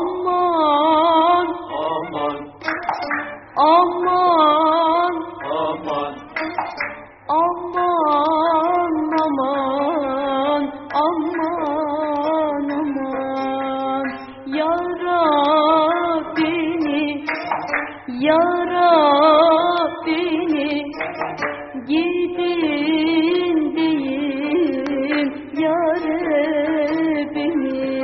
Aman, aman, aman, aman, aman, aman, aman, aman. Ya Rabbini, ya Rabbini, gidin deyin ya Rabbini,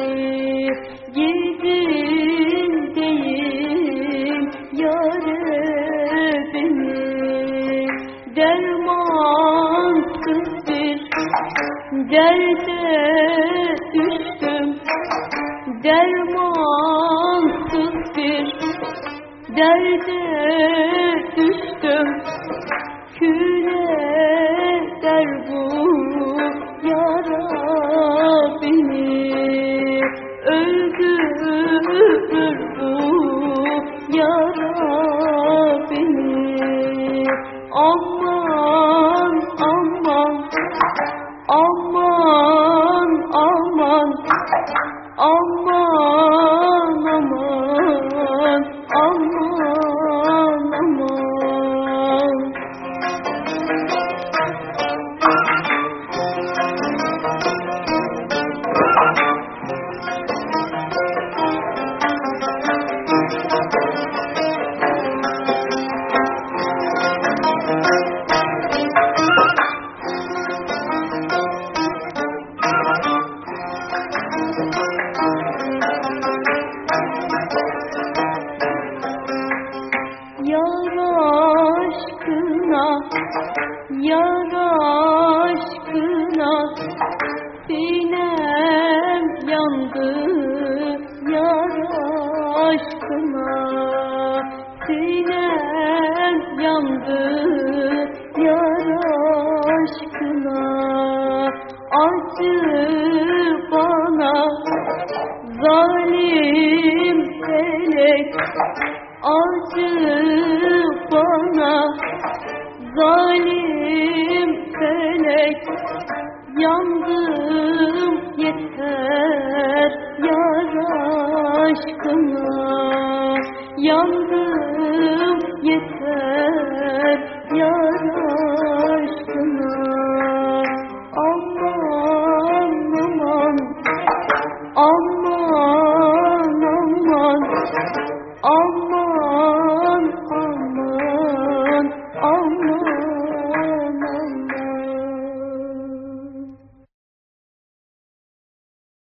gidin deyin ya Rabbini. Dermansız bir derde düştüm, dermansız bir derde düştüm. Küle der bu ya Rabbini, öldürür bu ya Rabbini. Aman, aman, aman, aman, aman, aman, aman, aman. Yar aşkına, yar aşkına sinem yandı. Yar aşkına sinem yandı. Yar aşkına acı bana zalim felek, acı bana zalim felek. Yandım yeter yar aşkına, yandım yeter yar